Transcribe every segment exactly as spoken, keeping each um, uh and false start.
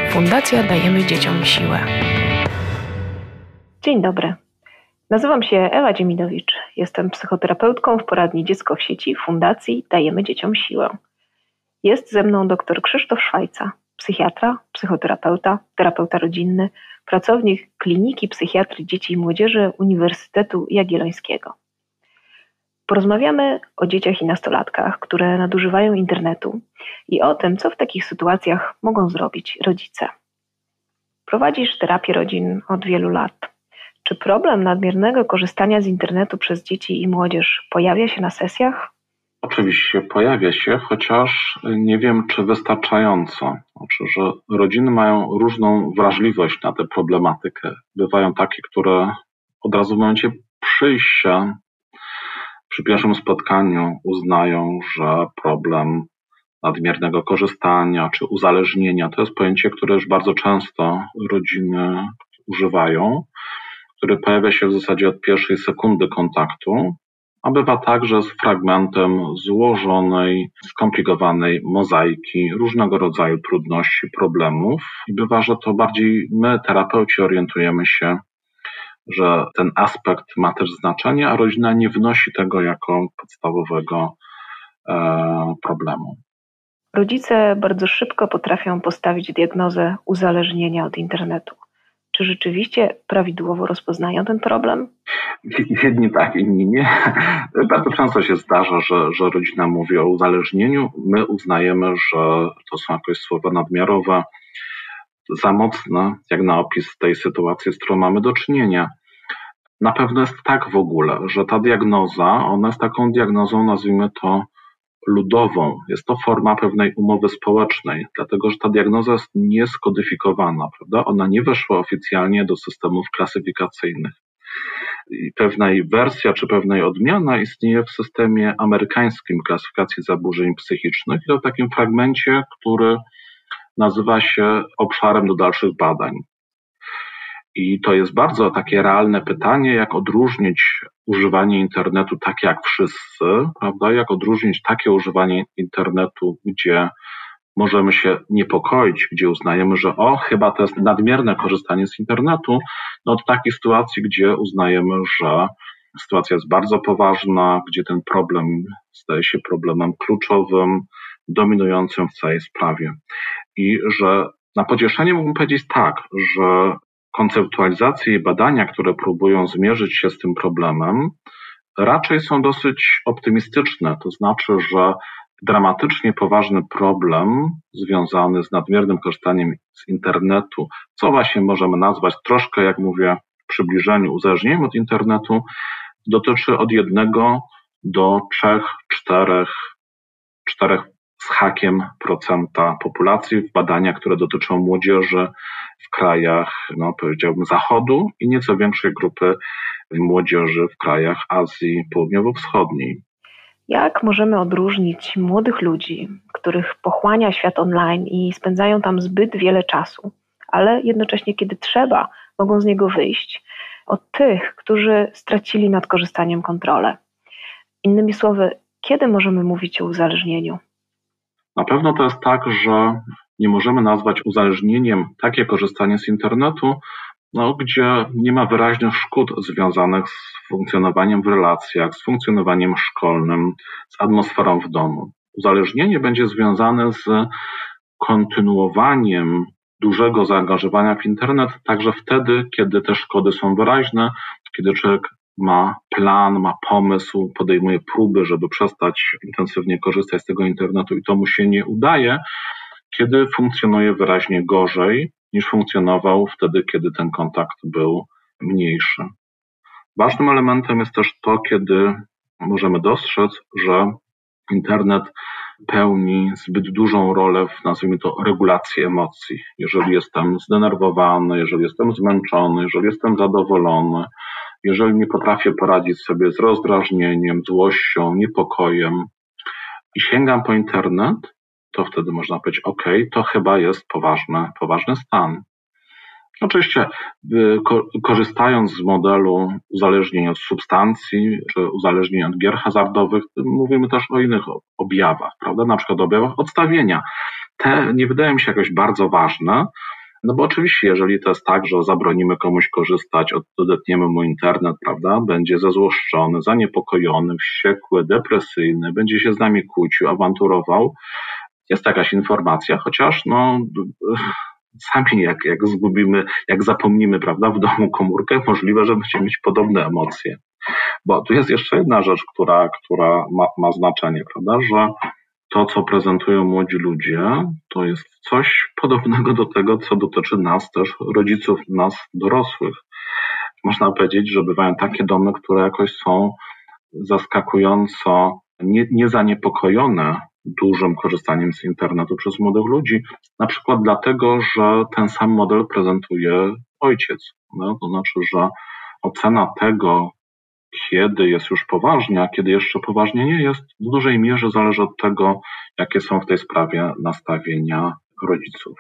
Fundacja Dajemy Dzieciom Siłę. Dzień dobry. Nazywam się Ewa Dziemidowicz. Jestem psychoterapeutką w poradni Dziecko w sieci Fundacji Dajemy Dzieciom Siłę. Jest ze mną dr Krzysztof Szwajca, psychiatra, psychoterapeuta, terapeuta rodzinny, pracownik Kliniki Psychiatrii Dzieci i Młodzieży Uniwersytetu Jagiellońskiego. Porozmawiamy o dzieciach i nastolatkach, które nadużywają internetu i o tym, co w takich sytuacjach mogą zrobić rodzice. Prowadzisz terapię rodzin od wielu lat. Czy problem nadmiernego korzystania z internetu przez dzieci i młodzież pojawia się na sesjach? Oczywiście pojawia się, chociaż nie wiem, czy wystarczająco. Znaczy, że rodziny mają różną wrażliwość na tę problematykę. Bywają takie, które od razu w momencie przyjścia, przy pierwszym spotkaniu uznają, że problem nadmiernego korzystania czy uzależnienia to jest pojęcie, które już bardzo często rodziny używają, które pojawia się w zasadzie od pierwszej sekundy kontaktu, a bywa tak, że jest fragmentem złożonej, skomplikowanej mozaiki różnego rodzaju trudności, problemów i bywa, że to bardziej my, terapeuci, orientujemy się, że ten aspekt ma też znaczenie, a rodzina nie wnosi tego jako podstawowego e, problemu. Rodzice bardzo szybko potrafią postawić diagnozę uzależnienia od internetu. Czy rzeczywiście prawidłowo rozpoznają ten problem? Jedni tak, inni nie. Bardzo często się zdarza, że, że rodzina mówi o uzależnieniu. My uznajemy, że to są jakoś słowa nadmiarowe, za mocne, jak na opis tej sytuacji, z którą mamy do czynienia. Na pewno jest tak w ogóle, że ta diagnoza, ona jest taką diagnozą, nazwijmy to, ludową. Jest to forma pewnej umowy społecznej, dlatego że ta diagnoza jest nieskodyfikowana, prawda? Ona nie weszła oficjalnie do systemów klasyfikacyjnych. I pewnej wersja czy pewnej odmiana istnieje w systemie amerykańskim klasyfikacji zaburzeń psychicznych i to w takim fragmencie, który nazywa się obszarem do dalszych badań. I to jest bardzo takie realne pytanie, jak odróżnić używanie internetu tak jak wszyscy, prawda? Jak odróżnić takie używanie internetu, gdzie możemy się niepokoić, gdzie uznajemy, że o, chyba to jest nadmierne korzystanie z internetu, no od takiej sytuacji, gdzie uznajemy, że sytuacja jest bardzo poważna, gdzie ten problem staje się problemem kluczowym, dominującym w całej sprawie. I że na pocieszenie mógłbym powiedzieć tak, że konceptualizacje i badania, które próbują zmierzyć się z tym problemem, raczej są dosyć optymistyczne. To znaczy, że dramatycznie poważny problem związany z nadmiernym korzystaniem z internetu, co właśnie możemy nazwać troszkę, jak mówię, w przybliżeniu uzależnieniem od internetu, dotyczy od jednego do trzech, czterech, czterech z hakiem procenta populacji w badaniach, które dotyczą młodzieży w krajach, no powiedziałbym, Zachodu i nieco większej grupy młodzieży w krajach Azji Południowo-Wschodniej. Jak możemy odróżnić młodych ludzi, których pochłania świat online i spędzają tam zbyt wiele czasu, ale jednocześnie, kiedy trzeba, mogą z niego wyjść, od tych, którzy stracili nad korzystaniem kontrolę? Innymi słowy, kiedy możemy mówić o uzależnieniu? Na pewno to jest tak, że nie możemy nazwać uzależnieniem takie korzystanie z internetu, no, gdzie nie ma wyraźnych szkód związanych z funkcjonowaniem w relacjach, z funkcjonowaniem szkolnym, z atmosferą w domu. Uzależnienie będzie związane z kontynuowaniem dużego zaangażowania w internet, także wtedy, kiedy te szkody są wyraźne, kiedy człowiek ma plan, ma pomysł, podejmuje próby, żeby przestać intensywnie korzystać z tego internetu i to mu się nie udaje, kiedy funkcjonuje wyraźnie gorzej niż funkcjonował wtedy, kiedy ten kontakt był mniejszy. Ważnym elementem jest też to, kiedy możemy dostrzec, że internet pełni zbyt dużą rolę w, nazwijmy to, regulacji emocji. Jeżeli jestem zdenerwowany, jeżeli jestem zmęczony, jeżeli jestem zadowolony, jeżeli nie potrafię poradzić sobie z rozdrażnieniem, złością, niepokojem i sięgam po internet, to wtedy można powiedzieć, ok, to chyba jest poważny, poważny stan. Oczywiście korzystając z modelu uzależnień od substancji czy uzależnień od gier hazardowych, mówimy też o innych objawach, prawda? Na przykład objawach odstawienia. Te nie wydają mi się jakoś bardzo ważne, No bo oczywiście, jeżeli to jest tak, że zabronimy komuś korzystać, odetniemy mu internet, prawda, będzie zezłoszczony, zaniepokojony, wściekły, depresyjny, będzie się z nami kłócił, awanturował, jest jakaś informacja, chociaż no sami jak, jak zgubimy, jak zapomnimy, prawda, w domu komórkę, możliwe, że będziemy mieć podobne emocje. Bo tu jest jeszcze jedna rzecz, która, która ma, ma znaczenie, prawda, że to, co prezentują młodzi ludzie, to jest coś podobnego do tego, co dotyczy nas też, rodziców, nas dorosłych. Można powiedzieć, że bywają takie domy, które jakoś są zaskakująco nie, niezaniepokojone dużym korzystaniem z internetu przez młodych ludzi, na przykład dlatego, że ten sam model prezentuje ojciec. No, to znaczy, że ocena tego, kiedy jest już poważnie, a kiedy jeszcze poważnie nie jest, w dużej mierze zależy od tego, jakie są w tej sprawie nastawienia rodziców.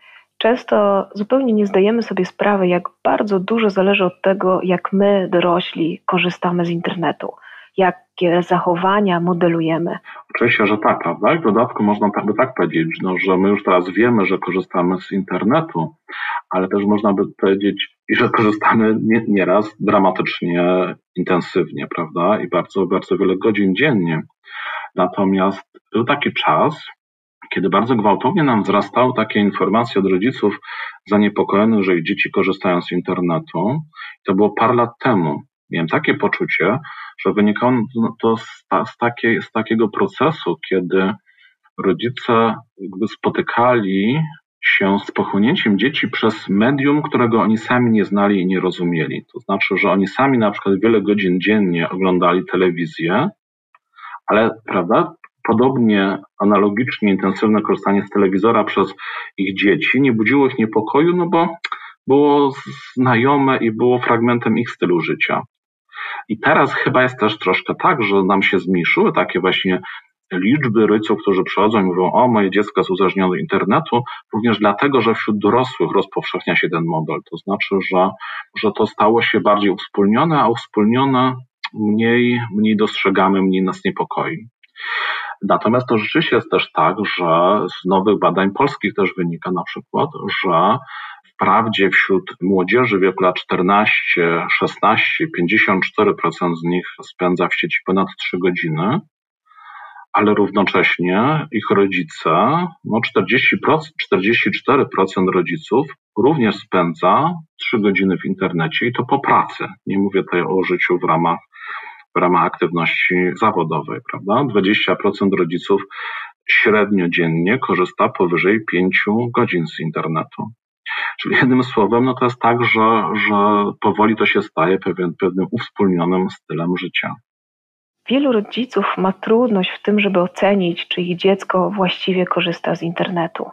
Często zupełnie nie zdajemy sobie sprawy, jak bardzo dużo zależy od tego, jak my, dorośli, korzystamy z internetu, jakie zachowania modelujemy. Oczywiście, że tak, prawda? I w dodatku można tak by tak powiedzieć, no, że my już teraz wiemy, że korzystamy z internetu, ale też można by powiedzieć, że korzystamy nie, nieraz dramatycznie intensywnie, prawda? I bardzo, bardzo wiele godzin dziennie. Natomiast był taki czas, kiedy bardzo gwałtownie nam wzrastały takie informacje od rodziców zaniepokojonych, że ich dzieci korzystają z internetu. To było parę lat temu. Miałem takie poczucie, że wynikało to z, z, takiej, z takiego procesu, kiedy rodzice jakby spotykali się z pochłonięciem dzieci przez medium, którego oni sami nie znali i nie rozumieli. To znaczy, że oni sami na przykład wiele godzin dziennie oglądali telewizję, ale prawda, podobnie analogicznie intensywne korzystanie z telewizora przez ich dzieci nie budziło ich niepokoju, no bo było znajome i było fragmentem ich stylu życia. I teraz chyba jest też troszkę tak, że nam się zmniejszyły takie właśnie liczby rodziców, którzy przychodzą i mówią, o, moje dziecko jest uzależnione od internetu, również dlatego, że wśród dorosłych rozpowszechnia się ten model. To znaczy, że, że to stało się bardziej uwspólnione, a uwspólnione mniej, mniej dostrzegamy, mniej nas niepokoi. Natomiast to rzeczywiście jest też tak, że z nowych badań polskich też wynika na przykład, że wprawdzie wśród młodzieży wieku lat czternaście, szesnaście, pięćdziesiąt cztery procent z nich spędza w sieci ponad trzy godziny, ale równocześnie ich rodzice, no czterdzieści procent, czterdzieści cztery procent rodziców również spędza trzy godziny w internecie i to po pracy. Nie mówię tutaj o życiu w ramach, w ramach aktywności zawodowej, prawda? dwadzieścia procent rodziców średnio dziennie korzysta powyżej pięciu godzin z internetu. Czyli jednym słowem, no to jest tak, że, że powoli to się staje pewien, pewnym uwspólnionym stylem życia. Wielu rodziców ma trudność w tym, żeby ocenić, czy ich dziecko właściwie korzysta z internetu.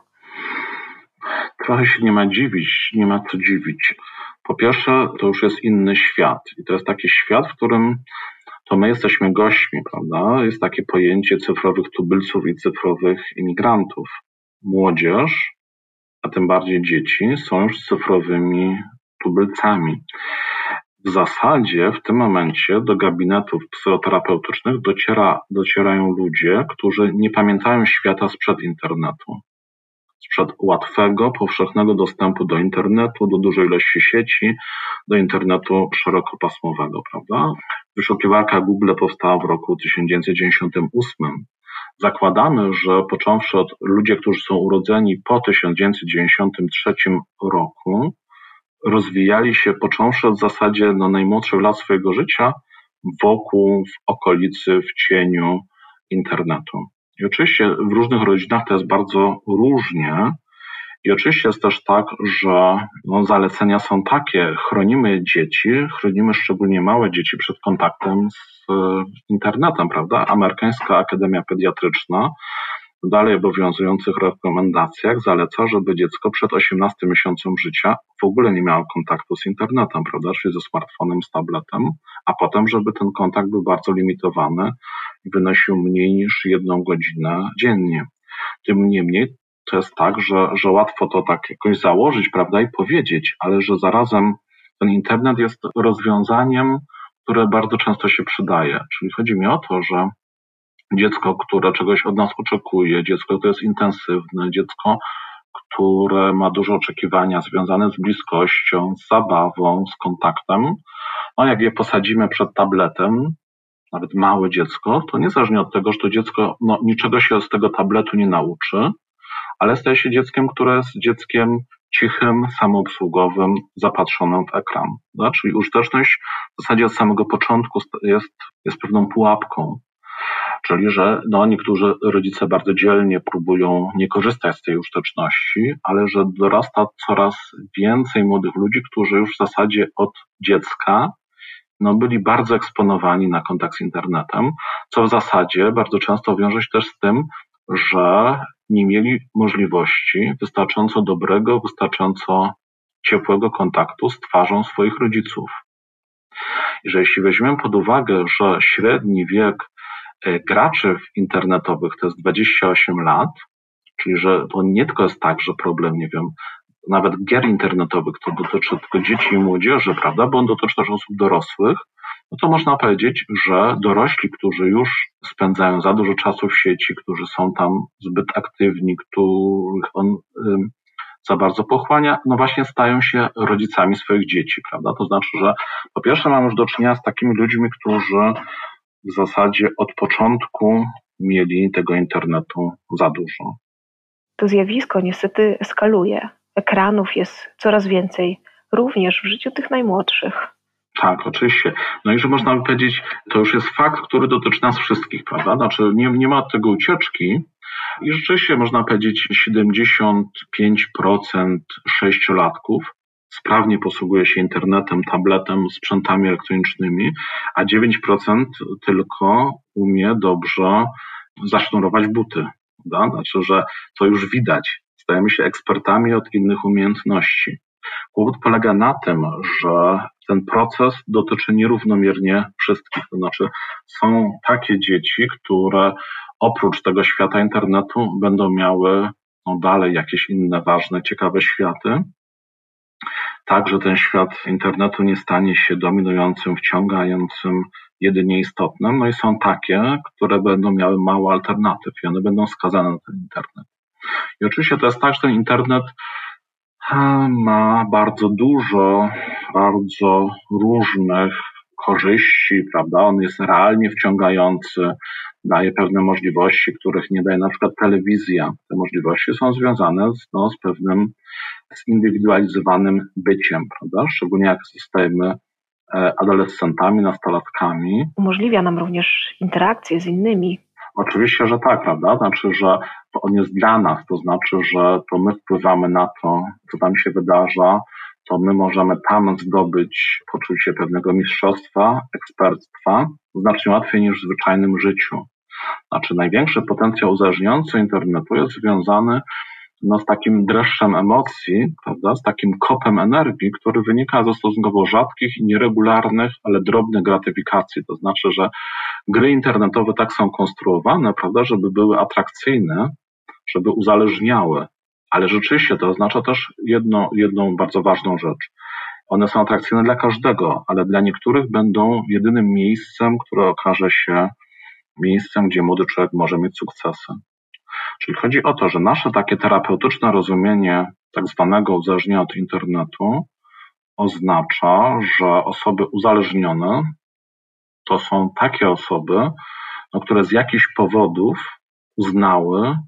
Trochę się nie ma dziwić, nie ma co dziwić. Po pierwsze, to już jest inny świat i to jest taki świat, w którym to my jesteśmy gośćmi, prawda? Jest takie pojęcie cyfrowych tubylców i cyfrowych imigrantów. Młodzież, a tym bardziej dzieci, są już cyfrowymi tubylcami. W zasadzie w tym momencie do gabinetów psychoterapeutycznych dociera, docierają ludzie, którzy nie pamiętają świata sprzed internetu. Sprzed łatwego, powszechnego dostępu do internetu, do dużej ilości sieci, do internetu szerokopasmowego, prawda? Wyszukiwarka Google powstała w roku tysiąc dziewięćset dziewięćdziesiątym ósmym. Zakładamy, że począwszy od ludzi, którzy są urodzeni po tysiąc dziewięćset dziewięćdziesiątym trzecim roku, rozwijali się, począwszy od zasadzie no, najmłodszych lat swojego życia, wokół, w okolicy, w cieniu internetu. I oczywiście w różnych rodzinach to jest bardzo różnie. I oczywiście jest też tak, że no, zalecenia są takie. Chronimy dzieci, chronimy szczególnie małe dzieci przed kontaktem z internetem, prawda? Amerykańska Akademia Pediatryczna w dalej obowiązujących rekomendacjach zaleca, żeby dziecko przed osiemnastym miesiącem życia w ogóle nie miało kontaktu z internetem, prawda? Czyli ze smartfonem, z tabletem, a potem, żeby ten kontakt był bardzo limitowany i wynosił mniej niż jedną godzinę dziennie. Tym niemniej to jest tak, że, że łatwo to tak jakoś założyć, prawda, i powiedzieć, ale że zarazem ten internet jest rozwiązaniem, które bardzo często się przydaje. Czyli chodzi mi o to, że dziecko, które czegoś od nas oczekuje, dziecko, które jest intensywne, dziecko, które ma duże oczekiwania związane z bliskością, z zabawą, z kontaktem, no jak je posadzimy przed tabletem, nawet małe dziecko, to niezależnie od tego, że to dziecko no, niczego się z tego tabletu nie nauczy, ale staje się dzieckiem, które jest dzieckiem cichym, samoobsługowym, zapatrzonym w ekran. No, czyli użyteczność w zasadzie od samego początku jest, jest pewną pułapką. Czyli, że no, niektórzy rodzice bardzo dzielnie próbują nie korzystać z tej użyteczności, ale że dorasta coraz więcej młodych ludzi, którzy już w zasadzie od dziecka no, byli bardzo eksponowani na kontakt z internetem, co w zasadzie bardzo często wiąże się też z tym, że nie mieli możliwości wystarczająco dobrego, wystarczająco ciepłego kontaktu z twarzą swoich rodziców. I że jeśli weźmiemy pod uwagę, że średni wiek graczy internetowych to jest dwadzieścia osiem lat, czyli że to nie tylko jest tak, że problem, nie wiem, nawet gier internetowych to dotyczy tylko dzieci i młodzieży, prawda, bo on dotyczy też osób dorosłych, no to można powiedzieć, że dorośli, którzy już spędzają za dużo czasu w sieci, którzy są tam zbyt aktywni, których on y, za bardzo pochłania, no właśnie stają się rodzicami swoich dzieci, prawda? To znaczy, że po pierwsze mamy już do czynienia z takimi ludźmi, którzy w zasadzie od początku mieli tego internetu za dużo. To zjawisko niestety eskaluje. Ekranów jest coraz więcej, również w życiu tych najmłodszych. Tak, oczywiście. No i że można by powiedzieć, to już jest fakt, który dotyczy nas wszystkich, prawda? Znaczy nie, nie ma od tego ucieczki i rzeczywiście można powiedzieć siedemdziesiąt pięć procent sześciolatków sprawnie posługuje się internetem, tabletem, sprzętami elektronicznymi, a dziewięć procent tylko umie dobrze zasznurować buty. Prawda? Znaczy, że to już widać. Stajemy się ekspertami od innych umiejętności. Kłopot polega na tym, że ten proces dotyczy nierównomiernie wszystkich. To znaczy są takie dzieci, które oprócz tego świata internetu będą miały no, dalej jakieś inne ważne, ciekawe światy. Tak, że ten świat internetu nie stanie się dominującym, wciągającym, jedynie istotnym. No i są takie, które będą miały mało alternatyw i one będą skazane na ten internet. I oczywiście to jest tak, że ten internet ma bardzo dużo, bardzo różnych korzyści, prawda? On jest realnie wciągający, daje pewne możliwości, których nie daje na przykład telewizja. Te możliwości są związane z, no, z pewnym zindywidualizowanym byciem, prawda? Szczególnie jak zostajemy adolescentami, nastolatkami. Umożliwia nam również interakcję z innymi. Oczywiście, że tak, prawda? Znaczy, że on jest dla nas, to znaczy, że to my wpływamy na to, co tam się wydarza, to my możemy tam zdobyć poczucie pewnego mistrzostwa, eksperctwa, znacznie łatwiej niż w zwyczajnym życiu. Znaczy, największy potencjał uzależniający internetu jest związany no, z takim dreszczem emocji, prawda, z takim kopem energii, który wynika ze stosunkowo rzadkich i nieregularnych, ale drobnych gratyfikacji. To znaczy, że gry internetowe tak są konstruowane, prawda, żeby były atrakcyjne, żeby uzależniały. Ale rzeczywiście to oznacza też jedno, jedną bardzo ważną rzecz. One są atrakcyjne dla każdego, ale dla niektórych będą jedynym miejscem, które okaże się miejscem, gdzie młody człowiek może mieć sukcesy. Czyli chodzi o to, że nasze takie terapeutyczne rozumienie tak zwanego uzależnienia od internetu oznacza, że osoby uzależnione to są takie osoby, no, które z jakichś powodów uznały,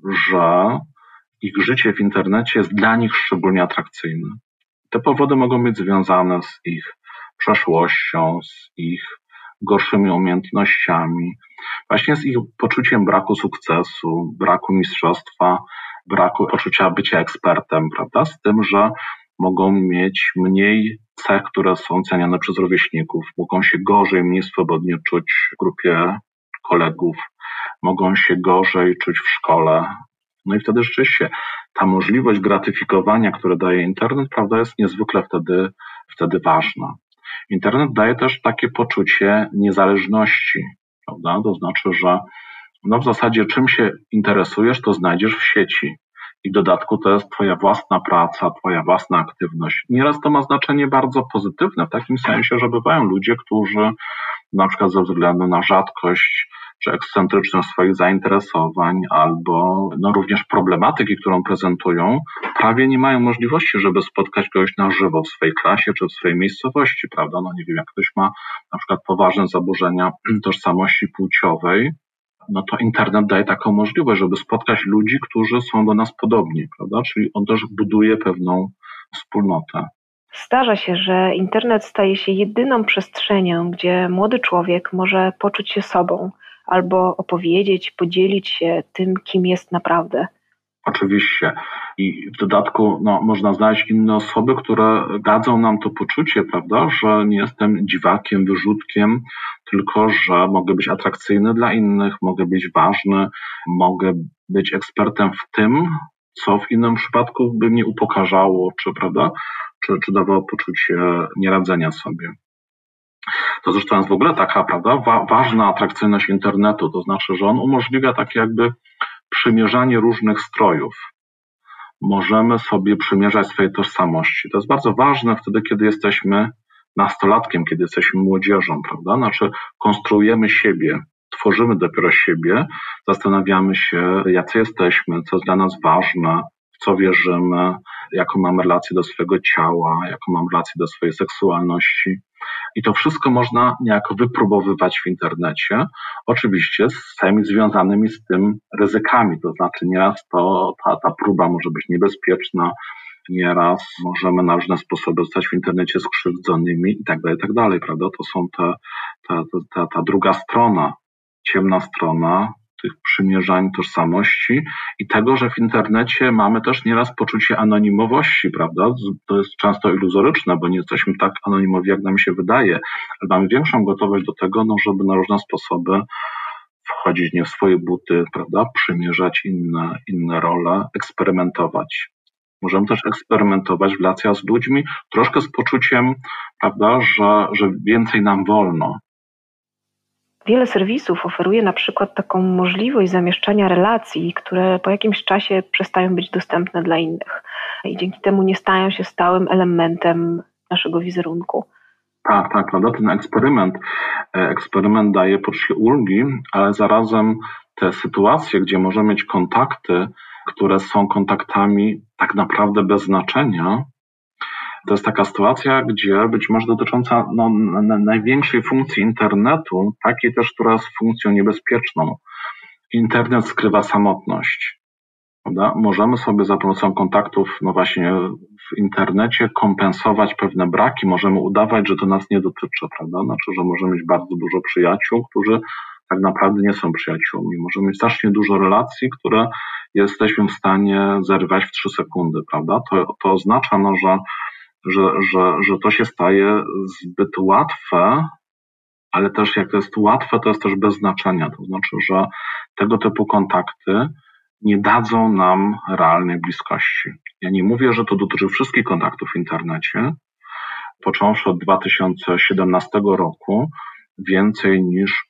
że ich życie w internecie jest dla nich szczególnie atrakcyjne. Te powody mogą być związane z ich przeszłością, z ich gorszymi umiejętnościami, właśnie z ich poczuciem braku sukcesu, braku mistrzostwa, braku poczucia bycia ekspertem, prawda? Z tym, że mogą mieć mniej cech, które są cenione przez rówieśników, mogą się gorzej, mniej swobodnie czuć w grupie kolegów, mogą się gorzej czuć w szkole. No i wtedy rzeczywiście ta możliwość gratyfikowania, które daje internet, prawda, jest niezwykle wtedy, wtedy ważna. Internet daje też takie poczucie niezależności, prawda? To znaczy, że no w zasadzie czym się interesujesz, to znajdziesz w sieci. i w dodatku to jest twoja własna praca, twoja własna aktywność. Nieraz to ma znaczenie bardzo pozytywne, w takim sensie, że bywają ludzie, którzy na przykład ze względu na rzadkość czy ekscentryczność swoich zainteresowań albo no również problematyki, którą prezentują, prawie nie mają możliwości, żeby spotkać kogoś na żywo w swojej klasie czy w swojej miejscowości, prawda? No nie wiem, jak ktoś ma na przykład poważne zaburzenia tożsamości płciowej, no to internet daje taką możliwość, żeby spotkać ludzi, którzy są do nas podobni, prawda? Czyli on też buduje pewną wspólnotę. Zdarza się, że internet staje się jedyną przestrzenią, gdzie młody człowiek może poczuć się sobą albo opowiedzieć, podzielić się tym, kim jest naprawdę. Oczywiście. I w dodatku no, można znaleźć inne osoby, które dadzą nam to poczucie, prawda, że nie jestem dziwakiem, wyrzutkiem, tylko że mogę być atrakcyjny dla innych, mogę być ważny, mogę być ekspertem w tym, co w innym przypadku by mnie upokarzało, czy, prawda, czy, czy dawało poczucie nieradzenia sobie. To zresztą jest w ogóle taka, prawda, wa- ważna atrakcyjność internetu, to znaczy, że on umożliwia takie jakby przymierzanie różnych strojów. Możemy sobie przymierzać swoje tożsamości. To jest bardzo ważne wtedy, kiedy jesteśmy nastolatkiem, kiedy jesteśmy młodzieżą, prawda? Znaczy konstruujemy siebie, tworzymy dopiero siebie, zastanawiamy się, jacy jesteśmy, co jest dla nas ważne, w co wierzymy, jaką mamy relację do swojego ciała, jaką mamy relację do swojej seksualności. I to wszystko można niejako wypróbowywać w internecie, oczywiście z tymi związanymi z tym ryzykami, to znaczy nieraz to, ta, ta próba może być niebezpieczna, nieraz możemy na różne sposoby zostać w internecie skrzywdzonymi i tak dalej, i tak dalej, prawda? To są te, te, te, ta druga strona, ciemna strona tych przymierzań tożsamości i tego, że w internecie mamy też nieraz poczucie anonimowości, prawda? To jest często iluzoryczne, bo nie jesteśmy tak anonimowi, jak nam się wydaje, ale mamy większą gotowość do tego, no, żeby na różne sposoby wchodzić nie w swoje buty, prawda? Przymierzać inne, inne role, eksperymentować. Możemy też eksperymentować w relacjach z ludźmi, troszkę z poczuciem, prawda, że, że więcej nam wolno. Wiele serwisów oferuje na przykład taką możliwość zamieszczania relacji, które po jakimś czasie przestają być dostępne dla innych i dzięki temu nie stają się stałym elementem naszego wizerunku. Tak, tak, prawda? Ten eksperyment, eksperyment daje poczucie ulgi, ale zarazem te sytuacje, gdzie możemy mieć kontakty, które są kontaktami tak naprawdę bez znaczenia, to jest taka sytuacja, gdzie być może dotycząca no, największej funkcji internetu, takiej też, która jest funkcją niebezpieczną. Internet skrywa samotność. Prawda? Możemy sobie za pomocą kontaktów no właśnie w internecie kompensować pewne braki, możemy udawać, że to nas nie dotyczy, prawda? Znaczy, że możemy mieć bardzo dużo przyjaciół, którzy tak naprawdę nie są przyjaciółmi. Możemy mieć strasznie dużo relacji, które jesteśmy w stanie zerwać w trzy sekundy, prawda? To, to oznacza, no, że Że, że, że to się staje zbyt łatwe, ale też jak to jest łatwe, to jest też bez znaczenia. To znaczy, że tego typu kontakty nie dadzą nam realnej bliskości. Ja nie mówię, że to dotyczy wszystkich kontaktów w internecie. Począwszy od dwa tysiące siedemnastego roku więcej niż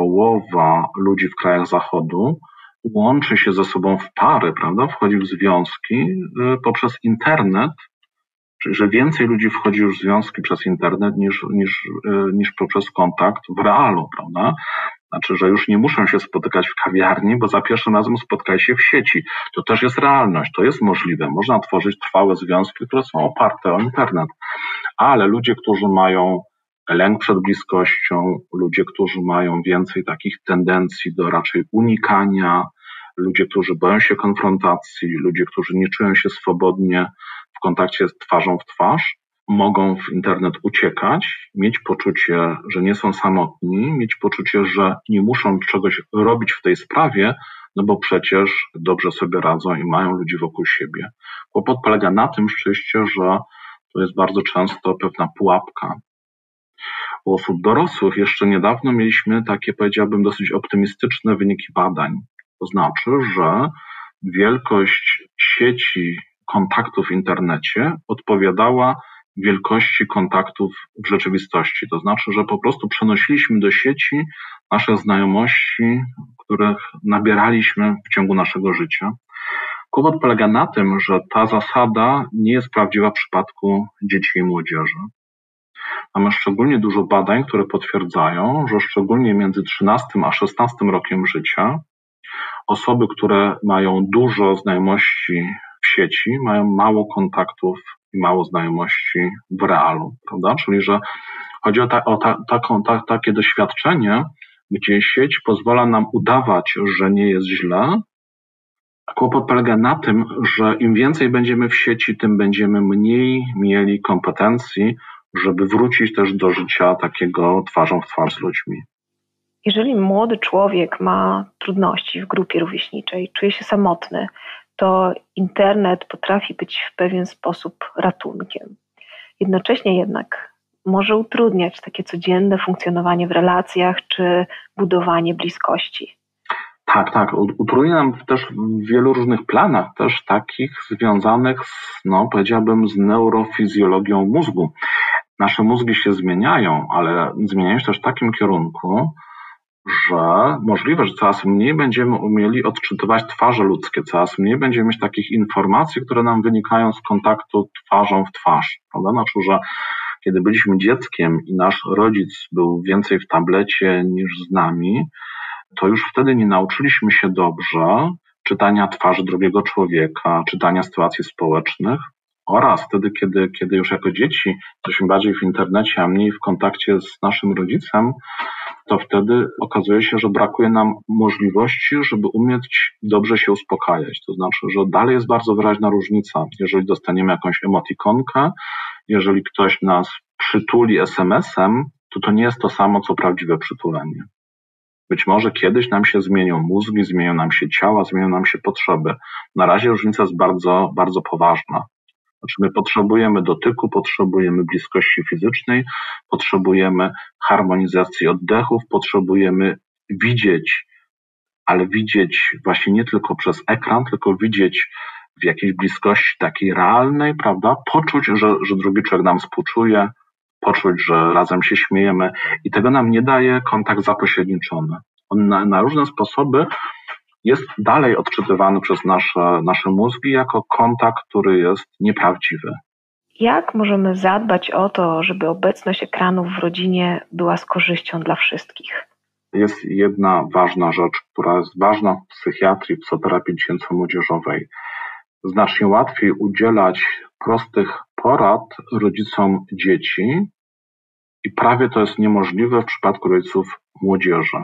połowa ludzi w krajach Zachodu łączy się ze sobą w pary, prawda? Wchodzi w związki poprzez internet, czyli że więcej ludzi wchodzi już w związki przez internet niż, niż, niż poprzez kontakt w realu, prawda? Znaczy, że już nie muszą się spotykać w kawiarni, bo za pierwszym razem spotkali się w sieci. To też jest realność, to jest możliwe. Można tworzyć trwałe związki, które są oparte o internet. Ale ludzie, którzy mają lęk przed bliskością, ludzie, którzy mają więcej takich tendencji do raczej unikania, ludzie, którzy boją się konfrontacji, ludzie, którzy nie czują się swobodnie w kontakcie z twarzą w twarz, mogą w internet uciekać, mieć poczucie, że nie są samotni, mieć poczucie, że nie muszą czegoś robić w tej sprawie, no bo przecież dobrze sobie radzą i mają ludzi wokół siebie. Kłopot polega na tym szczęście, że to jest bardzo często pewna pułapka. U osób dorosłych jeszcze niedawno mieliśmy takie, powiedziałbym, dosyć optymistyczne wyniki badań. To znaczy, że wielkość sieci kontaktów w internecie odpowiadała wielkości kontaktów w rzeczywistości. To znaczy, że po prostu przenosiliśmy do sieci nasze znajomości, których nabieraliśmy w ciągu naszego życia. Kłopot polega na tym, że ta zasada nie jest prawdziwa w przypadku dzieci i młodzieży. Mamy szczególnie dużo badań, które potwierdzają, że szczególnie między trzynastym a szesnastym rokiem życia osoby, które mają dużo znajomości w sieci, mają mało kontaktów i mało znajomości w realu, prawda? Czyli, że chodzi o, ta, o ta, taką, ta, takie doświadczenie, gdzie sieć pozwala nam udawać, że nie jest źle. A kłopot polega na tym, że im więcej będziemy w sieci, tym będziemy mniej mieli kompetencji, żeby wrócić też do życia takiego twarzą w twarz z ludźmi. Jeżeli młody człowiek ma trudności w grupie rówieśniczej, czuje się samotny, to internet potrafi być w pewien sposób ratunkiem. Jednocześnie jednak może utrudniać takie codzienne funkcjonowanie w relacjach czy budowanie bliskości. Tak, tak. Utrudnia nam też w wielu różnych planach, też takich związanych z, no powiedziałbym, z neurofizjologią mózgu. Nasze mózgi się zmieniają, ale zmieniają się też w takim kierunku, że możliwe, że coraz mniej będziemy umieli odczytywać twarze ludzkie, coraz mniej będziemy mieć takich informacji, które nam wynikają z kontaktu twarzą w twarz. Prawda? Znaczy, że kiedy byliśmy dzieckiem i nasz rodzic był więcej w tablecie niż z nami, to już wtedy nie nauczyliśmy się dobrze czytania twarzy drugiego człowieka, czytania sytuacji społecznych oraz wtedy, kiedy, kiedy już jako dzieci jesteśmy bardziej w internecie, a mniej w kontakcie z naszym rodzicem, to wtedy okazuje się, że brakuje nam możliwości, żeby umieć dobrze się uspokajać. To znaczy, że dalej jest bardzo wyraźna różnica. Jeżeli dostaniemy jakąś emotikonkę, jeżeli ktoś nas przytuli es em esem, to to nie jest to samo, co prawdziwe przytulenie. Być może kiedyś nam się zmienią mózgi, zmienią nam się ciała, zmienią nam się potrzeby. Na razie różnica jest bardzo, bardzo poważna. Znaczy my potrzebujemy dotyku, potrzebujemy bliskości fizycznej, potrzebujemy harmonizacji oddechów, potrzebujemy widzieć, ale widzieć właśnie nie tylko przez ekran, tylko widzieć w jakiejś bliskości takiej realnej, prawda? Poczuć, że, że drugi człowiek nam współczuje, poczuć, że razem się śmiejemy i tego nam nie daje kontakt zapośredniczony. On na, na różne sposoby jest dalej odczytywany przez nasze, nasze mózgi jako kontakt, który jest nieprawdziwy. Jak możemy zadbać o to, żeby obecność ekranów w rodzinie była z korzyścią dla wszystkich? Jest jedna ważna rzecz, która jest ważna w psychiatrii, w psychoterapii dziecięco-młodzieżowej. Znacznie łatwiej udzielać prostych porad rodzicom dzieci i prawie to jest niemożliwe w przypadku rodziców młodzieży.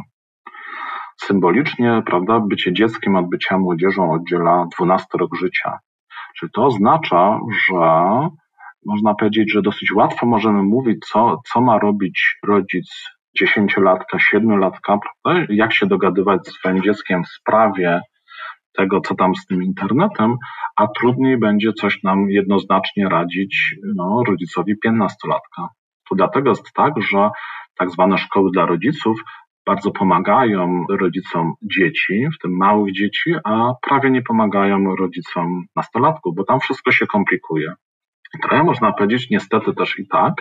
Symbolicznie, prawda, bycie dzieckiem od bycia młodzieżą oddziela dwunasty rok życia. Czyli to oznacza, że można powiedzieć, że dosyć łatwo możemy mówić, co, co ma robić rodzic dziesięciolatka, siedmiolatka, prawda, jak się dogadywać ze swoim dzieckiem w sprawie tego, co tam z tym internetem, a trudniej będzie coś nam jednoznacznie radzić no, rodzicowi piętnastolatka. To dlatego jest tak, że tak zwane szkoły dla rodziców bardzo pomagają rodzicom dzieci, w tym małych dzieci, a prawie nie pomagają rodzicom nastolatków, bo tam wszystko się komplikuje. Trochę można powiedzieć niestety też i tak,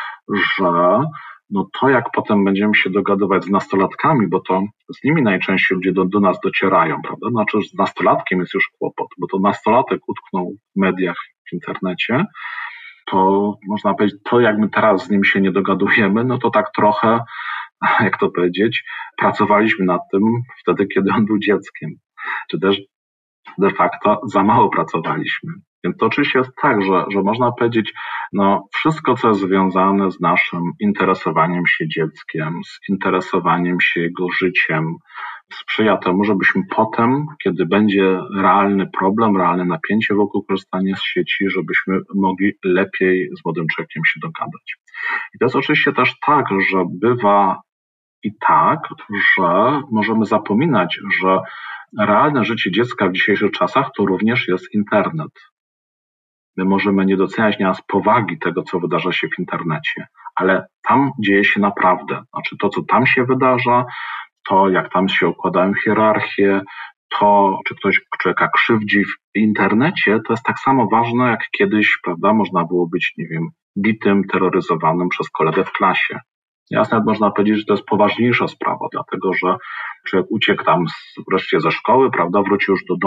że no to jak potem będziemy się dogadywać z nastolatkami, bo to z nimi najczęściej ludzie do, do nas docierają, prawda? Znaczy, że z nastolatkiem jest już kłopot, bo to nastolatek utknął w mediach, w internecie, to można powiedzieć, to jak my teraz z nim się nie dogadujemy, no to tak trochę, jak to powiedzieć, pracowaliśmy nad tym wtedy, kiedy on był dzieckiem, czy też de facto za mało pracowaliśmy. Więc to oczywiście jest tak, że, że można powiedzieć, no wszystko, co jest związane z naszym interesowaniem się dzieckiem, z interesowaniem się jego życiem, sprzyja temu, żebyśmy potem, kiedy będzie realny problem, realne napięcie wokół korzystania z sieci, żebyśmy mogli lepiej z młodym człowiekiem się dogadać. I to jest oczywiście też tak, że bywa i tak, że możemy zapominać, że realne życie dziecka w dzisiejszych czasach to również jest internet. My możemy nie doceniać nieraz powagi tego, co wydarza się w internecie, ale tam dzieje się naprawdę. Znaczy to, co tam się wydarza, to jak tam się układają hierarchie, to czy ktoś człowieka krzywdzi w internecie, to jest tak samo ważne, jak kiedyś, prawda, można było być, nie wiem, bitym, terroryzowanym przez kolegę w klasie. Jasne, nawet można powiedzieć, że to jest poważniejsza sprawa, dlatego że człowiek uciekł tam z, wreszcie ze szkoły, prawda, wrócił już do domu,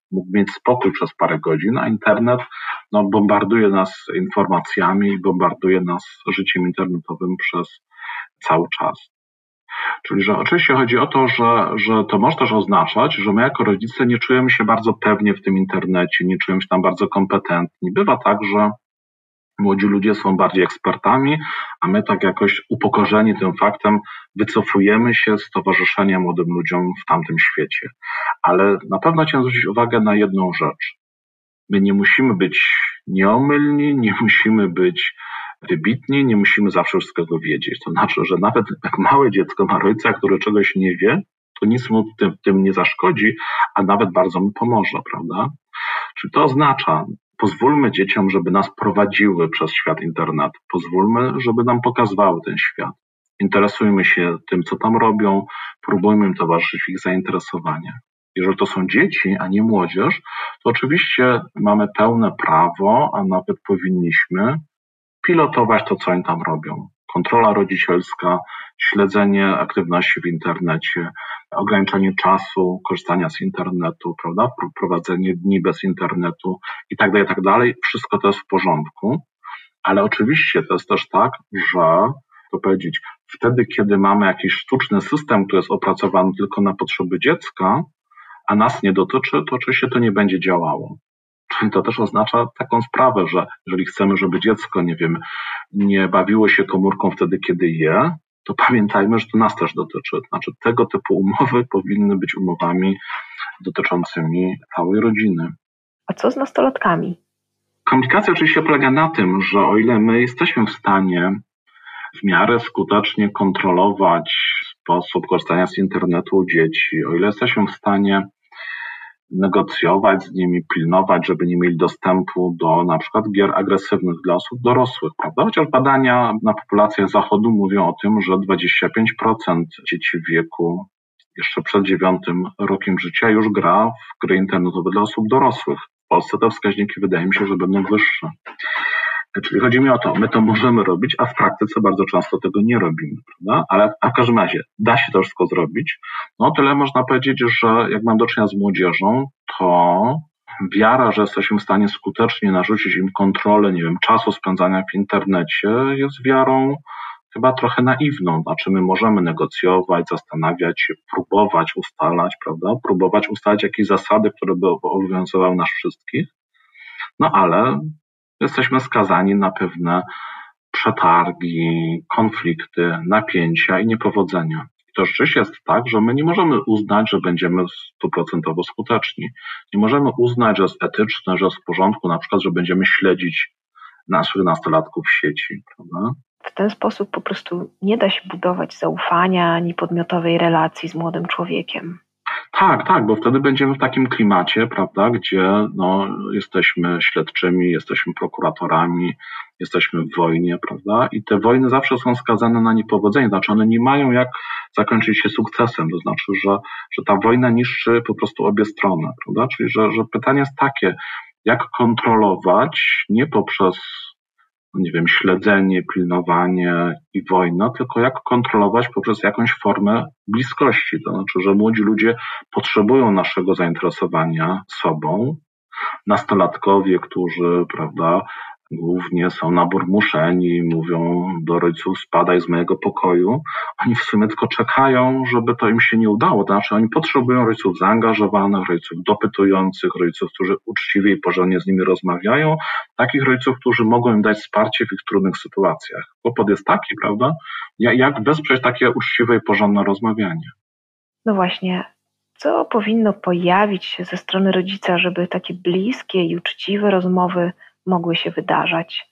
mógł mieć spokój przez parę godzin, a internet no, bombarduje nas informacjami i bombarduje nas życiem internetowym przez cały czas. Czyli, że oczywiście chodzi o to, że, że to może też oznaczać, że my jako rodzice nie czujemy się bardzo pewnie w tym internecie, nie czujemy się tam bardzo kompetentni. Bywa tak, że młodzi ludzie są bardziej ekspertami, a my tak jakoś upokorzeni tym faktem wycofujemy się z towarzyszenia młodym ludziom w tamtym świecie. Ale na pewno chciałem zwrócić uwagę na jedną rzecz. My nie musimy być nieomylni, nie musimy być wybitni, nie musimy zawsze wszystkiego wiedzieć. To znaczy, że nawet jak małe dziecko ma rodzica, który czegoś nie wie, to nic mu tym, tym nie zaszkodzi, a nawet bardzo mu pomoże, prawda? Czyli to oznacza, pozwólmy dzieciom, żeby nas prowadziły przez świat internetu. Pozwólmy, żeby nam pokazywały ten świat. Interesujmy się tym, co tam robią, próbujmy im towarzyszyć w ich zainteresowaniach. Jeżeli to są dzieci, a nie młodzież, to oczywiście mamy pełne prawo, a nawet powinniśmy pilotować to, co oni tam robią. Kontrola rodzicielska, śledzenie aktywności w internecie, ograniczenie czasu korzystania z internetu, prawda? Prowadzenie dni bez internetu i tak dalej, i tak dalej. Wszystko to jest w porządku, ale oczywiście to jest też tak, że to powiedzieć, wtedy, kiedy mamy jakiś sztuczny system, który jest opracowany tylko na potrzeby dziecka, a nas nie dotyczy, to oczywiście to nie będzie działało. Czyli to też oznacza taką sprawę, że jeżeli chcemy, żeby dziecko, nie wiem, nie bawiło się komórką wtedy, kiedy je, to pamiętajmy, że to nas też dotyczy. Znaczy tego typu umowy powinny być umowami dotyczącymi całej rodziny. A co z nastolatkami? Komplikacja oczywiście polega na tym, że o ile my jesteśmy w stanie w miarę skutecznie kontrolować sposób korzystania z internetu u dzieci, o ile jesteśmy w stanie negocjować z nimi, pilnować, żeby nie mieli dostępu do na przykład gier agresywnych dla osób dorosłych, prawda? Chociaż badania na populacjach Zachodu mówią o tym, że dwadzieścia pięć procent dzieci w wieku jeszcze przed dziewiątym rokiem życia już gra w gry internetowe dla osób dorosłych. W Polsce te wskaźniki wydaje mi się, że będą wyższe. Czyli chodzi mi o to, my to możemy robić, a w praktyce bardzo często tego nie robimy, prawda? Ale a w każdym razie da się to wszystko zrobić. No tyle można powiedzieć, że jak mam do czynienia z młodzieżą, to wiara, że jesteśmy w stanie skutecznie narzucić im kontrolę, nie wiem, czasu spędzania w internecie jest wiarą chyba trochę naiwną. Znaczy my możemy negocjować, zastanawiać się, próbować ustalać, prawda? Próbować ustalać jakieś zasady, które by obowiązywały nas wszystkich. No ale jesteśmy skazani na pewne przetargi, konflikty, napięcia i niepowodzenia. I to rzeczywiście jest tak, że my nie możemy uznać, że będziemy stuprocentowo skuteczni. Nie możemy uznać, że jest etyczne, że jest w porządku, na przykład, że będziemy śledzić naszych nastolatków w sieci, prawda? W ten sposób po prostu nie da się budować zaufania ani podmiotowej relacji z młodym człowiekiem. Tak, tak, bo wtedy będziemy w takim klimacie, prawda, gdzie no, jesteśmy śledczymi, jesteśmy prokuratorami, jesteśmy w wojnie, prawda, i te wojny zawsze są skazane na niepowodzenie, znaczy one nie mają jak zakończyć się sukcesem, to znaczy, że, że ta wojna niszczy po prostu obie strony, prawda, czyli że, że pytanie jest takie, jak kontrolować nie poprzez nie wiem, śledzenie, pilnowanie i wojna, tylko jak kontrolować poprzez jakąś formę bliskości. To znaczy, że młodzi ludzie potrzebują naszego zainteresowania sobą. Nastolatkowie, którzy, prawda, głównie są naburmuszeni, mówią do rodziców spadaj z mojego pokoju, oni w sumie tylko czekają, żeby to im się nie udało. To znaczy oni potrzebują rodziców zaangażowanych, rodziców dopytujących, rodziców, którzy uczciwie i porządnie z nimi rozmawiają, takich rodziców, którzy mogą im dać wsparcie w ich trudnych sytuacjach. Kłopot jest taki, prawda, jak wesprzeć takie uczciwe i porządne rozmawianie. No właśnie, co powinno pojawić się ze strony rodzica, żeby takie bliskie i uczciwe rozmowy mogły się wydarzać?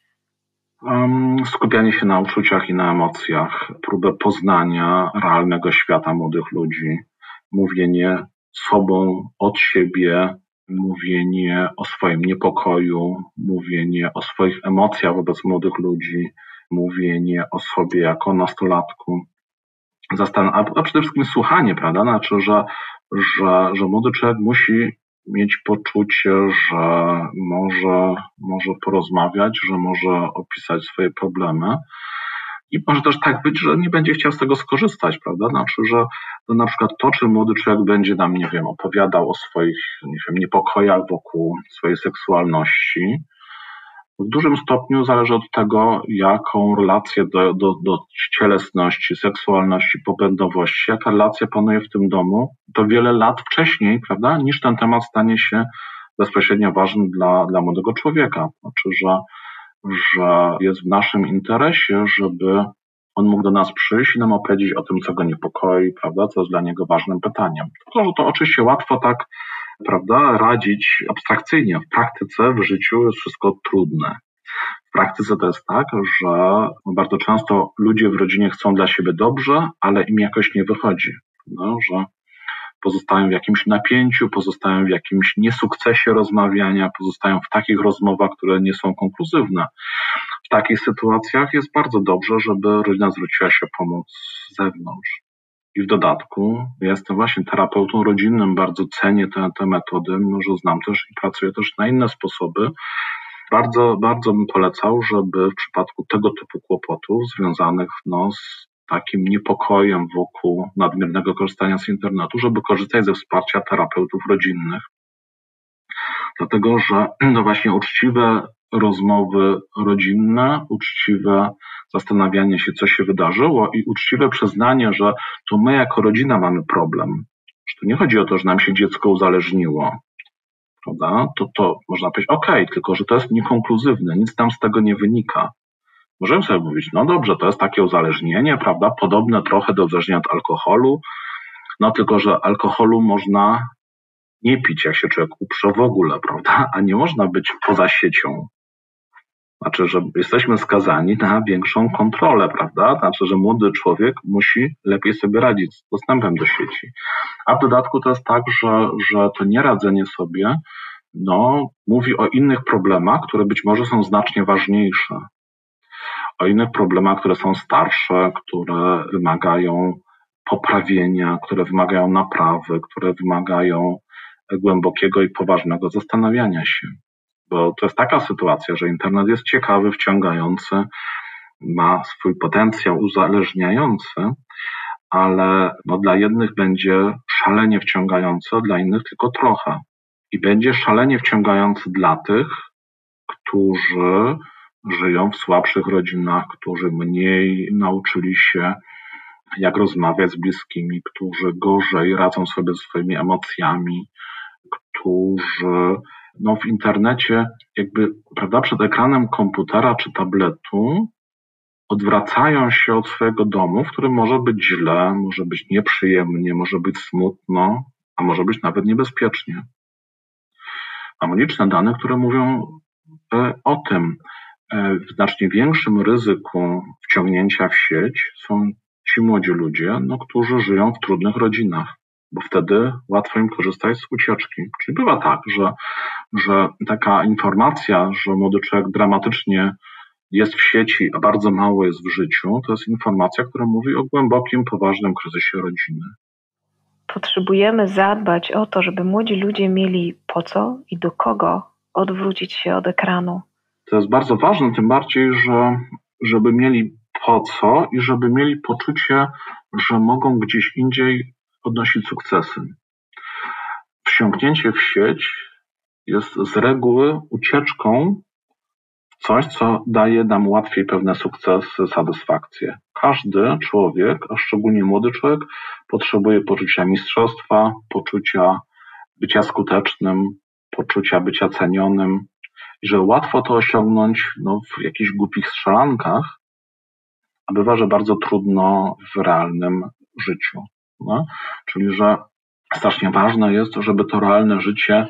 Um, skupianie się na uczuciach i na emocjach, próbę poznania realnego świata młodych ludzi, mówienie sobą od siebie, mówienie o swoim niepokoju, mówienie o swoich emocjach wobec młodych ludzi, mówienie o sobie jako nastolatku. Zastan- a, a przede wszystkim słuchanie, prawda? Znaczy, że, że, że młody człowiek musi mieć poczucie, że może, może porozmawiać, że może opisać swoje problemy. I może też tak być, że nie będzie chciał z tego skorzystać, prawda? Znaczy, że to na przykład to, czy młody człowiek będzie nam, nie wiem, opowiadał o swoich, nie wiem, niepokojach wokół swojej seksualności, w dużym stopniu zależy od tego, jaką relację do, do, do cielesności, seksualności, popędowości, jaka relacja panuje w tym domu, to wiele lat wcześniej, prawda, niż ten temat stanie się bezpośrednio ważny dla, dla młodego człowieka. Znaczy, że, że jest w naszym interesie, żeby on mógł do nas przyjść i nam opowiedzieć o tym, co go niepokoi, prawda, co jest dla niego ważnym pytaniem. To, że to oczywiście łatwo tak, prawda, radzić abstrakcyjnie. W praktyce, w życiu jest wszystko trudne. W praktyce to jest tak, że bardzo często ludzie w rodzinie chcą dla siebie dobrze, ale im jakoś nie wychodzi. No, że pozostają w jakimś napięciu, pozostają w jakimś niesukcesie rozmawiania, pozostają w takich rozmowach, które nie są konkluzywne. W takich sytuacjach jest bardzo dobrze, żeby rodzina zwróciła się o pomoc z zewnątrz. I w dodatku jestem właśnie terapeutą rodzinnym, bardzo cenię te, te metody, mimo że znam też i pracuję też na inne sposoby. Bardzo, bardzo bym polecał, żeby w przypadku tego typu kłopotów związanych no, z takim niepokojem wokół nadmiernego korzystania z internetu, żeby korzystać ze wsparcia terapeutów rodzinnych. Dlatego, że no właśnie uczciwe rozmowy rodzinne, uczciwe zastanawianie się, co się wydarzyło i uczciwe przyznanie, że to my jako rodzina mamy problem. Że tu nie chodzi o to, że nam się dziecko uzależniło, prawda? To, to można powiedzieć, okej, okay, tylko że to jest niekonkluzywne, nic tam z tego nie wynika. Możemy sobie mówić, no dobrze, to jest takie uzależnienie, prawda? Podobne trochę do uzależnienia od alkoholu, no tylko że alkoholu można nie pić, jak się człowiek uprze w ogóle, prawda? A nie można być poza siecią. Znaczy, że jesteśmy skazani na większą kontrolę, prawda? Znaczy, że młody człowiek musi lepiej sobie radzić z dostępem do sieci. A w dodatku to jest tak, że, że to nieradzenie sobie no, mówi o innych problemach, które być może są znacznie ważniejsze. O innych problemach, które są starsze, które wymagają poprawienia, które wymagają naprawy, które wymagają głębokiego i poważnego zastanawiania się. Bo to jest taka sytuacja, że internet jest ciekawy, wciągający, ma swój potencjał uzależniający, ale no dla jednych będzie szalenie wciągający, a dla innych tylko trochę. I będzie szalenie wciągający dla tych, którzy żyją w słabszych rodzinach, którzy mniej nauczyli się, jak rozmawiać z bliskimi, którzy gorzej radzą sobie ze swoimi emocjami, którzy no, w internecie jakby, prawda, przed ekranem komputera czy tabletu odwracają się od swojego domu, w którym może być źle, może być nieprzyjemnie, może być smutno, a może być nawet niebezpiecznie. Mamy liczne dane, które mówią o tym. W znacznie większym ryzyku wciągnięcia w sieć są ci młodzi ludzie, no, którzy żyją w trudnych rodzinach, bo wtedy łatwo im korzystać z ucieczki. Czyli bywa tak, że, że taka informacja, że młody człowiek dramatycznie jest w sieci, a bardzo mało jest w życiu, to jest informacja, która mówi o głębokim, poważnym kryzysie rodziny. Potrzebujemy zadbać o to, żeby młodzi ludzie mieli po co i do kogo odwrócić się od ekranu. To jest bardzo ważne, tym bardziej, że żeby mieli po co i żeby mieli poczucie, że mogą gdzieś indziej odnosić sukcesy. Wsiąknięcie w sieć jest z reguły ucieczką w coś, co daje nam łatwiej pewne sukcesy, satysfakcję. Każdy człowiek, a szczególnie młody człowiek, potrzebuje poczucia mistrzostwa, poczucia bycia skutecznym, poczucia bycia cenionym. I że łatwo to osiągnąć no, w jakichś głupich strzelankach, a bywa, że bardzo trudno w realnym życiu. No? Czyli, że strasznie ważne jest, żeby to realne życie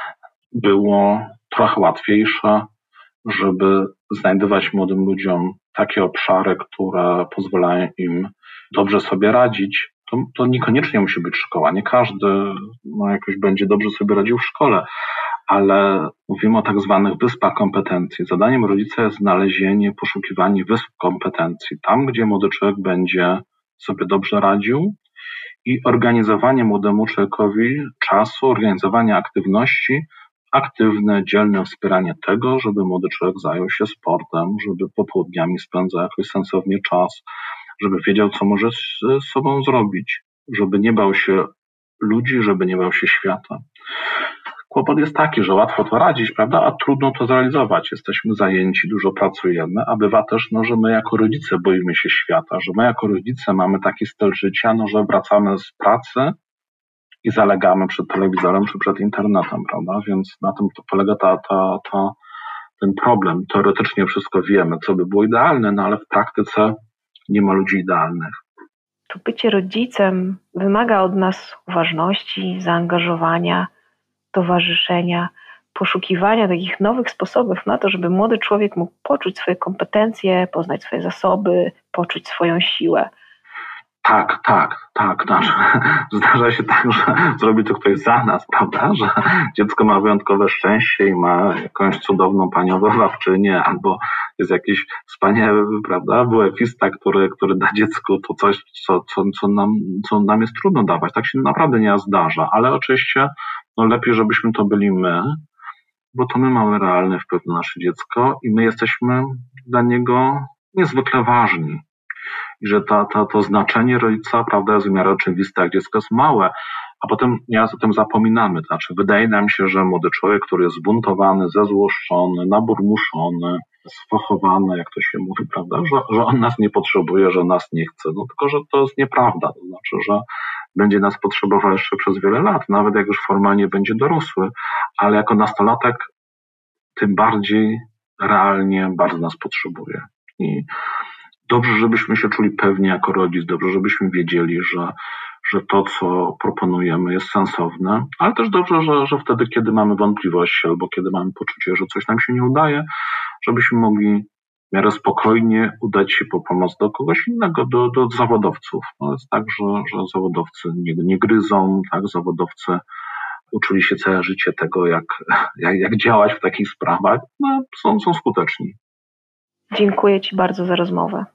było trochę łatwiejsze, żeby znajdować młodym ludziom takie obszary, które pozwalają im dobrze sobie radzić. To, to niekoniecznie musi być szkoła. Nie każdy no, jakoś będzie dobrze sobie radził w szkole, ale mówimy o tak zwanych wyspach kompetencji. Zadaniem rodzica jest znalezienie, poszukiwanie wysp kompetencji. Tam, gdzie młody człowiek będzie sobie dobrze radził i organizowanie młodemu człowiekowi czasu, organizowanie aktywności, aktywne, dzielne wspieranie tego, żeby młody człowiek zajął się sportem, żeby popołudniami spędzał jakoś sensownie czas, żeby wiedział, co może z sobą zrobić, żeby nie bał się ludzi, żeby nie bał się świata. Kłopot jest taki, że łatwo to radzić, prawda, a trudno to zrealizować. Jesteśmy zajęci, dużo pracujemy, a bywa też, no, że my jako rodzice boimy się świata, że my jako rodzice mamy taki styl życia, no, że wracamy z pracy i zalegamy przed telewizorem czy przed internetem, prawda, więc na tym to polega ta, ta, ta, ten problem. Teoretycznie wszystko wiemy, co by było idealne, no ale w praktyce nie ma ludzi idealnych. To bycie rodzicem wymaga od nas uważności, zaangażowania, towarzyszenia, poszukiwania takich nowych sposobów na to, żeby młody człowiek mógł poczuć swoje kompetencje, poznać swoje zasoby, poczuć swoją siłę. Tak, tak, tak. Zdarza się tak, że zrobi to ktoś za nas, prawda? Że dziecko ma wyjątkowe szczęście i ma jakąś cudowną panią wychowawczynię, albo jest jakiś wspaniały, prawda, wuefista, który, który da dziecku to coś, co, co, co, nam, co nam jest trudno dawać. Tak się naprawdę nie zdarza, ale oczywiście no lepiej, żebyśmy to byli my, bo to my mamy realny wpływ na nasze dziecko i my jesteśmy dla niego niezwykle ważni. I że ta, ta, to znaczenie rodzica, prawda, jest w miarę oczywiste, jak dziecko jest małe, a potem nieraz o tym zapominamy. To znaczy, wydaje nam się, że młody człowiek, który jest zbuntowany, zezłoszczony, naburmuszony, sfachowany, jak to się mówi, prawda, że, że on nas nie potrzebuje, że nas nie chce. No tylko, że to jest nieprawda. To znaczy, że będzie nas potrzebował jeszcze przez wiele lat, nawet jak już formalnie będzie dorosły, ale jako nastolatek tym bardziej realnie bardzo nas potrzebuje. I dobrze, żebyśmy się czuli pewni jako rodzic, dobrze, żebyśmy wiedzieli, że, że to, co proponujemy, jest sensowne, ale też dobrze, że, że wtedy, kiedy mamy wątpliwości albo kiedy mamy poczucie, że coś nam się nie udaje, żebyśmy mogli w miarę spokojnie udać się po pomoc do kogoś innego, do, do zawodowców. No jest tak, że, że zawodowcy nie, nie gryzą, tak, zawodowcy uczyli się całe życie tego, jak, jak, jak działać w takich sprawach, no, są, są skuteczni. Dziękuję Ci bardzo za rozmowę.